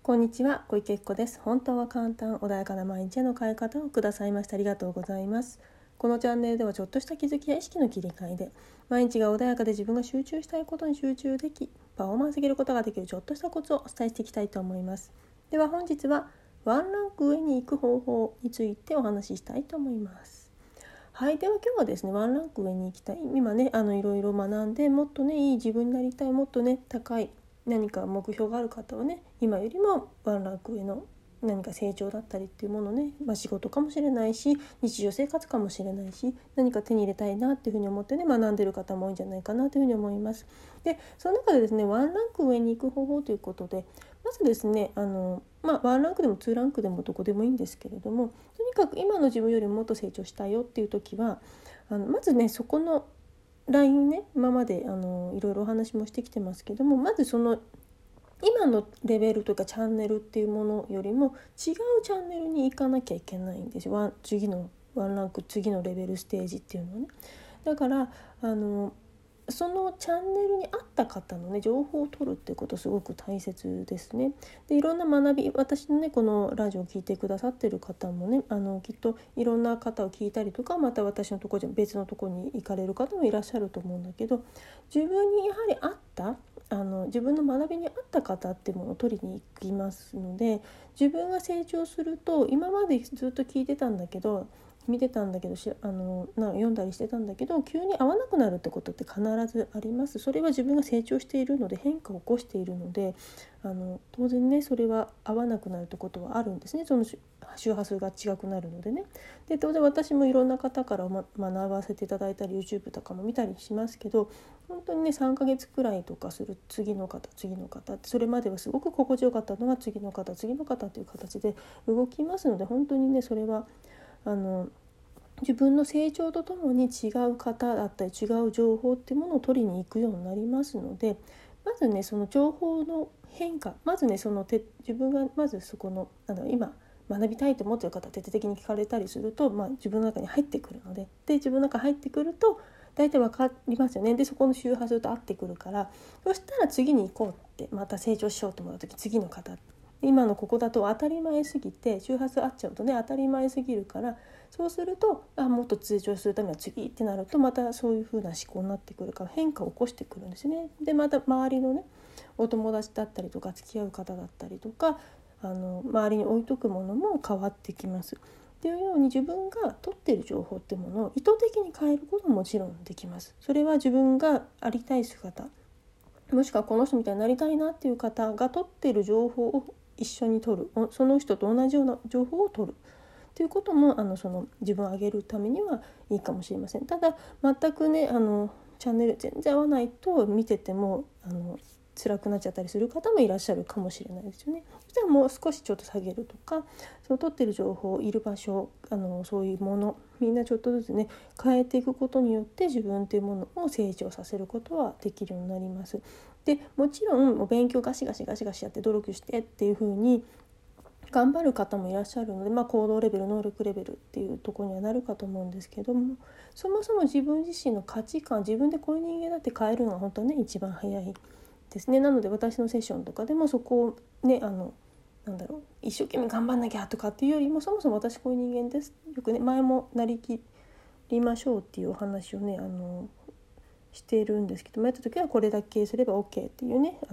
こんにちは、小池子です。本当は簡単、穏やかな毎日への変え方をくださいましてありがとうございます。このチャンネルではちょっとした気づきや意識の切り替えで毎日が穏やかで自分が集中したいことに集中できパフォーマンス上げることができるちょっとしたコツをお伝えしていきたいと思います。では本日はワンランク上に行く方法についてお話ししたいと思います。はい、では今日はですね、ワンランク上に行きたい、今ねいろいろ学んでもっとねいい自分になりたい、もっとね高い何か目標がある方はね、今よりもワンランク上の何か成長だったりっていうものをね、仕事かもしれないし日常生活かもしれないし、何か手に入れたいなっていうふうに思ってね学んでる方も多いんじゃないかなというふうに思います。でその中でですね、ワンランク上に行く方法ということで、まずですねワンランクでもツーランクでもどこでもいいんですけれども、とにかく今の自分よりももっと成長したいよっていう時はまずねそこのラインね、今までいろいろお話もしてきてますけども、まずその今のレベルというかチャンネルっていうものよりも違うチャンネルに行かなきゃいけないんですよ。次のワンランク、次のレベルステージっていうのはね。だからそのチャンネルに合った方のね情報を取るっていうことすごく大切ですね。でいろんな学び、私のねこのラジオを聞いてくださってる方もねきっといろんな方を聞いたりとか、また私のところじゃ別のところに行かれる方もいらっしゃると思うんだけど、自分にやはり合った自分の学びに合った方っていうものを取りに行きますので、自分が成長すると今までずっと聞いてたんだけど見てたんだけど読んだりしてたんだけど急に合わなくなるってことって必ずあります。それは自分が成長しているので変化を起こしているので当然ねそれは合わなくなるってことはあるんですね。その周波数が違くなるのでね。で当然私もいろんな方から学ばせていただいたり YouTube とかも見たりしますけど、本当にね3ヶ月くらいとかする次の方ってそれまではすごく心地よかったのが次の方という形で動きますので、本当にねそれは自分の成長とともに違う方だったり違う情報っていうものを取りに行くようになりますので、まずねその情報の変化、まずね自分がまずそこの今学びたいと思っている方徹底的に聞かれたりすると、自分の中に入ってくるので、自分の中に入ってくると大体分かりますよね。でそこの周波数と合ってくるから、そしたら次に行こうってまた成長しようと思った時、次の方今のここだと当たり前すぎて周波数合っちゃうとね当たり前すぎるから、そうするともっと成長するためには次ってなるとまたそういう風な思考になってくるから変化を起こしてくるんですね。でまた周りのねお友達だったりとか付き合う方だったりとか周りに置いとくものも変わってきます。っていうように自分が取っている情報っていうものを意図的に変えることももちろんできます。それは自分がありたい姿、もしくはこの人みたいになりたいなっていう方が取っている情報を一緒に取る、その人と同じような情報を取るということもその自分を上げるためにはいいかもしれません。ただ全くねチャンネル全然合わないと見てても辛くなっちゃったりする方もいらっしゃるかもしれないですよね。そしたらもう少しちょっと下げるとか、その取ってる情報、いる場所そういうものみんなちょっとずつね変えていくことによって自分というものを成長させることはできるようになります。でもちろん勉強ガシガシやって努力してっていう風に頑張る方もいらっしゃるので、行動レベル能力レベルっていうところにはなるかと思うんですけども、そもそも自分自身の価値観、自分でこういう人間だって変えるのが本当はね一番早いですね。なので私のセッションとかでもそこをね一生懸命頑張んなきゃとかっていうよりも、そもそも私こういう人間です、よくね前もなりきりましょうっていうお話をねしているんですけど、やった時はこれだけすれば OK っていうね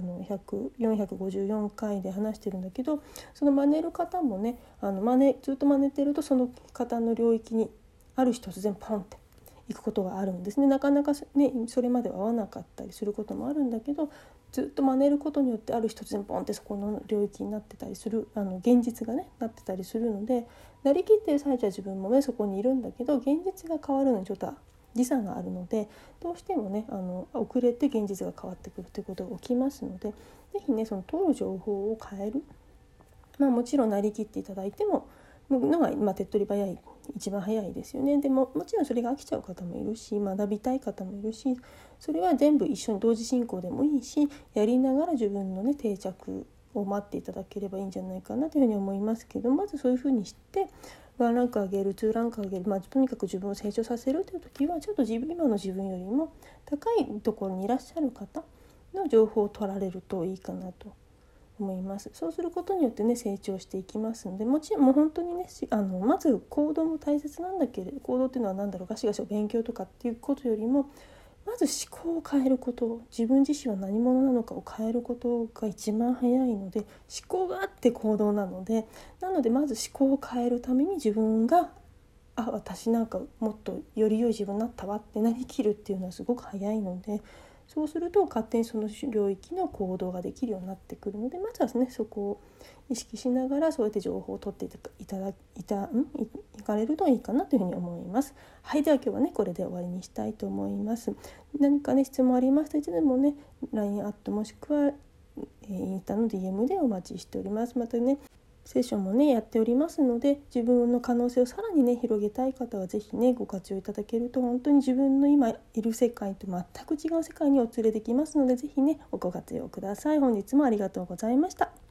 454回で話してるんだけど、その真似る方もねずっと真似てるとその方の領域にある日突然ポンって行くことがあるんですね。なかなかねそれまでは合わなかったりすることもあるんだけど、ずっと真似ることによってある日突然ポンってそこの領域になってたりする現実がねなってたりするので、なりきっている最中は自分もねそこにいるんだけど、現実が変わるのにちょっと時差があるので、どうしてもね遅れて現実が変わってくるということが起きますので、ぜひねその取る情報を変える、もちろんなりきっていただいてものが手っ取り早い一番早いですよね。でももちろんそれが飽きちゃう方もいるし学びたい方もいるし、それは全部一緒に同時進行でもいいし、やりながら自分のね定着を待っていただければいいんじゃないかなというふうに思いますけど、まずそういうふうにして1ランク上げる2ランク上げる、とにかく自分を成長させるという時はちょっと今の自分よりも高いところにいらっしゃる方の情報を取られるといいかなと思います。そうすることによってね成長していきますので、もちろんもう本当にねまず行動も大切なんだけれど、行動っていうのはガシガシ勉強とかっていうことよりも、まず思考を変えること、自分自身は何者なのかを変えることが一番早いので、思考があって行動なので、まず思考を変えるために自分が私もっとより良い自分になったわってなりきるっていうのはすごく早いので、そうすると勝手にその領域の行動ができるようになってくるので、まずはねそこを意識しながらそうやって情報を取っていかれるといいかなというふうに思います。はい、では今日はねこれで終わりにしたいと思います。何かね質問ありましたらいつでもね LINE アットもしくはインスタの DM でお待ちしております。またねセッションもねやっておりますので、自分の可能性をさらにね広げたい方はぜひねご活用いただけると、本当に自分の今いる世界と全く違う世界にお連れできますので、ぜひねご活用ください。本日もありがとうございました。